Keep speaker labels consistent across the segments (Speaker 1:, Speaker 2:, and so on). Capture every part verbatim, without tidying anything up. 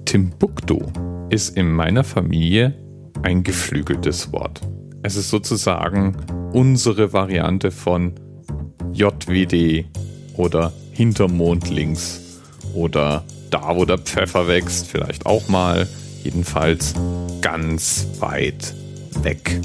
Speaker 1: Timbuktu ist in meiner Familie ein geflügeltes Wort. Es ist sozusagen unsere Variante von J W D oder hinterm Mond links oder da, wo der Pfeffer wächst, vielleicht auch mal. Jedenfalls ganz weit weg.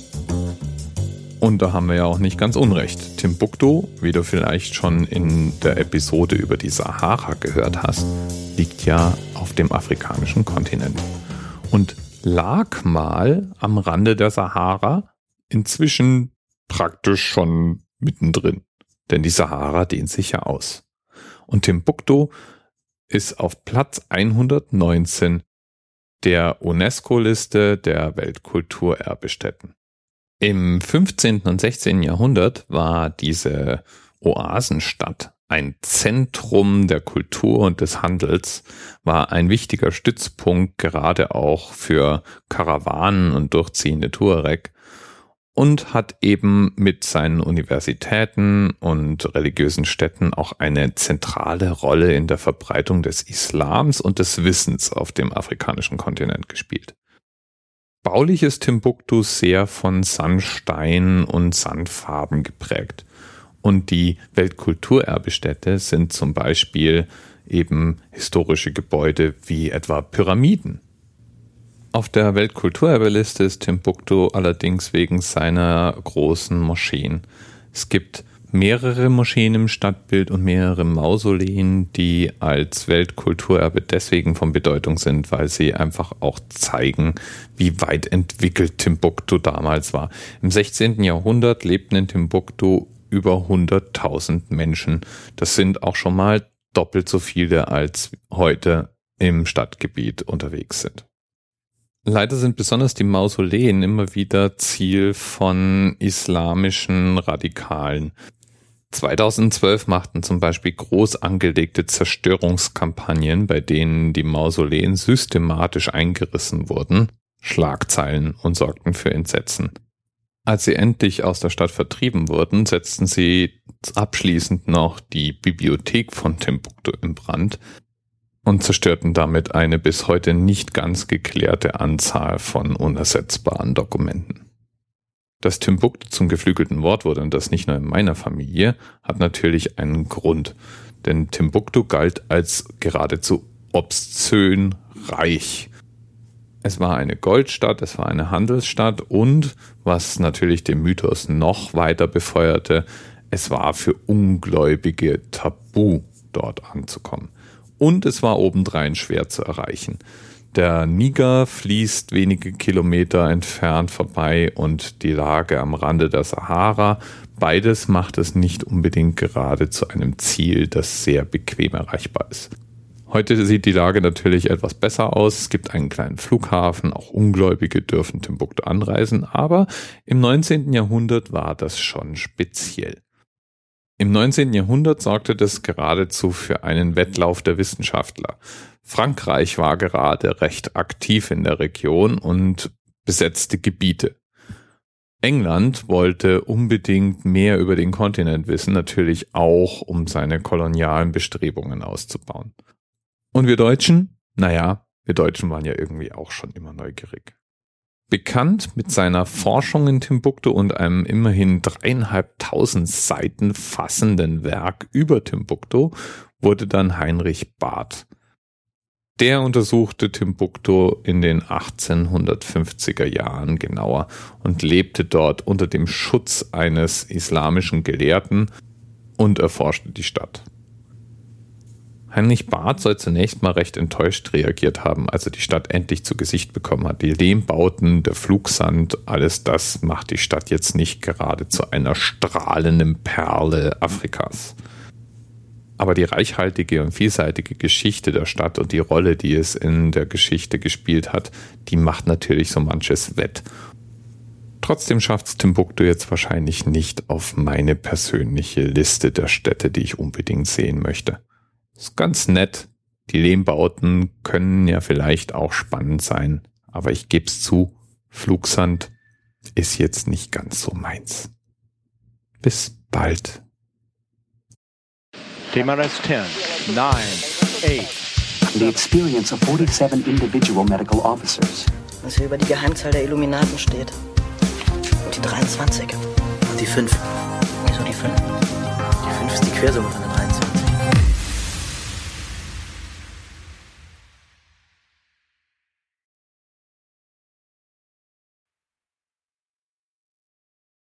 Speaker 1: Und da haben wir ja auch nicht ganz unrecht. Timbuktu, wie du vielleicht schon in der Episode über die Sahara gehört hast, liegt ja auf dem afrikanischen Kontinent. Und lag mal am Rande der Sahara, inzwischen praktisch schon mittendrin. Denn die Sahara dehnt sich ja aus. Und Timbuktu ist auf Platz hundertneunzehn der UNESCO-Liste der Weltkulturerbestätten. Im fünfzehnten und sechzehnten Jahrhundert war diese Oasenstadt ein Zentrum der Kultur und des Handels, war ein wichtiger Stützpunkt gerade auch für Karawanen und durchziehende Tuareg und hat eben mit seinen Universitäten und religiösen Städten auch eine zentrale Rolle in der Verbreitung des Islams und des Wissens auf dem afrikanischen Kontinent gespielt. Baulich ist Timbuktu sehr von Sandstein und Sandfarben geprägt. Und die Weltkulturerbestätte sind zum Beispiel eben historische Gebäude wie etwa Pyramiden. Auf der Weltkulturerbeliste ist Timbuktu allerdings wegen seiner großen Moscheen. Es gibt mehrere Moscheen im Stadtbild und mehrere Mausoleen, die als Weltkulturerbe deswegen von Bedeutung sind, weil sie einfach auch zeigen, wie weit entwickelt Timbuktu damals war. Im sechzehnten Jahrhundert lebten in Timbuktu über hunderttausend Menschen. Das sind auch schon mal doppelt so viele, als heute im Stadtgebiet unterwegs sind. Leider sind besonders die Mausoleen immer wieder Ziel von islamischen Radikalen. zweitausendzwölf machten zum Beispiel groß angelegte Zerstörungskampagnen, bei denen die Mausoleen systematisch eingerissen wurden, Schlagzeilen und sorgten für Entsetzen. Als sie endlich aus der Stadt vertrieben wurden, setzten sie abschließend noch die Bibliothek von Timbuktu in Brand und zerstörten damit eine bis heute nicht ganz geklärte Anzahl von unersetzbaren Dokumenten. Dass Timbuktu zum geflügelten Wort wurde, und das nicht nur in meiner Familie, hat natürlich einen Grund. Denn Timbuktu galt als geradezu obszön reich. Es war eine Goldstadt, es war eine Handelsstadt und, was natürlich den Mythos noch weiter befeuerte, es war für Ungläubige tabu, dort anzukommen. Und es war obendrein schwer zu erreichen. Der Niger fließt wenige Kilometer entfernt vorbei und die Lage am Rande der Sahara. Beides macht es nicht unbedingt gerade zu einem Ziel, das sehr bequem erreichbar ist. Heute sieht die Lage natürlich etwas besser aus. Es gibt einen kleinen Flughafen, auch Ungläubige dürfen Timbuktu anreisen, aber im neunzehnten Jahrhundert war das schon speziell. Im neunzehnten Jahrhundert sorgte das geradezu für einen Wettlauf der Wissenschaftler. Frankreich war gerade recht aktiv in der Region und besetzte Gebiete. England wollte unbedingt mehr über den Kontinent wissen, natürlich auch, um seine kolonialen Bestrebungen auszubauen. Und wir Deutschen? Naja, wir Deutschen waren ja irgendwie auch schon immer neugierig. Bekannt mit seiner Forschung in Timbuktu und einem immerhin dreieinhalbtausend Seiten fassenden Werk über Timbuktu wurde dann Heinrich Barth. Der untersuchte Timbuktu in den achtzehnhundertfünfziger Jahren genauer und lebte dort unter dem Schutz eines islamischen Gelehrten und erforschte die Stadt. Heinrich Barth soll zunächst mal recht enttäuscht reagiert haben, als er die Stadt endlich zu Gesicht bekommen hat. Die Lehmbauten, der Flugsand, alles das macht die Stadt jetzt nicht gerade zu einer strahlenden Perle Afrikas. Aber die reichhaltige und vielseitige Geschichte der Stadt und die Rolle, die es in der Geschichte gespielt hat, die macht natürlich so manches wett. Trotzdem schafft es Timbuktu jetzt wahrscheinlich nicht auf meine persönliche Liste der Städte, die ich unbedingt sehen möchte. Ist ganz nett. Die Lehmbauten können ja vielleicht auch spannend sein, aber ich geb's zu, Flugsand ist jetzt nicht ganz so meins. Bis bald.
Speaker 2: T-minus ten, nine, eight, the experience of forty-seven individual medical officers.
Speaker 3: Was hier über die Geheimzahl der Illuminaten steht. Und die dreiundzwanzig.
Speaker 4: Und die fünf.
Speaker 3: Wieso die fünf?
Speaker 4: Die fünf ist die Quersumme von der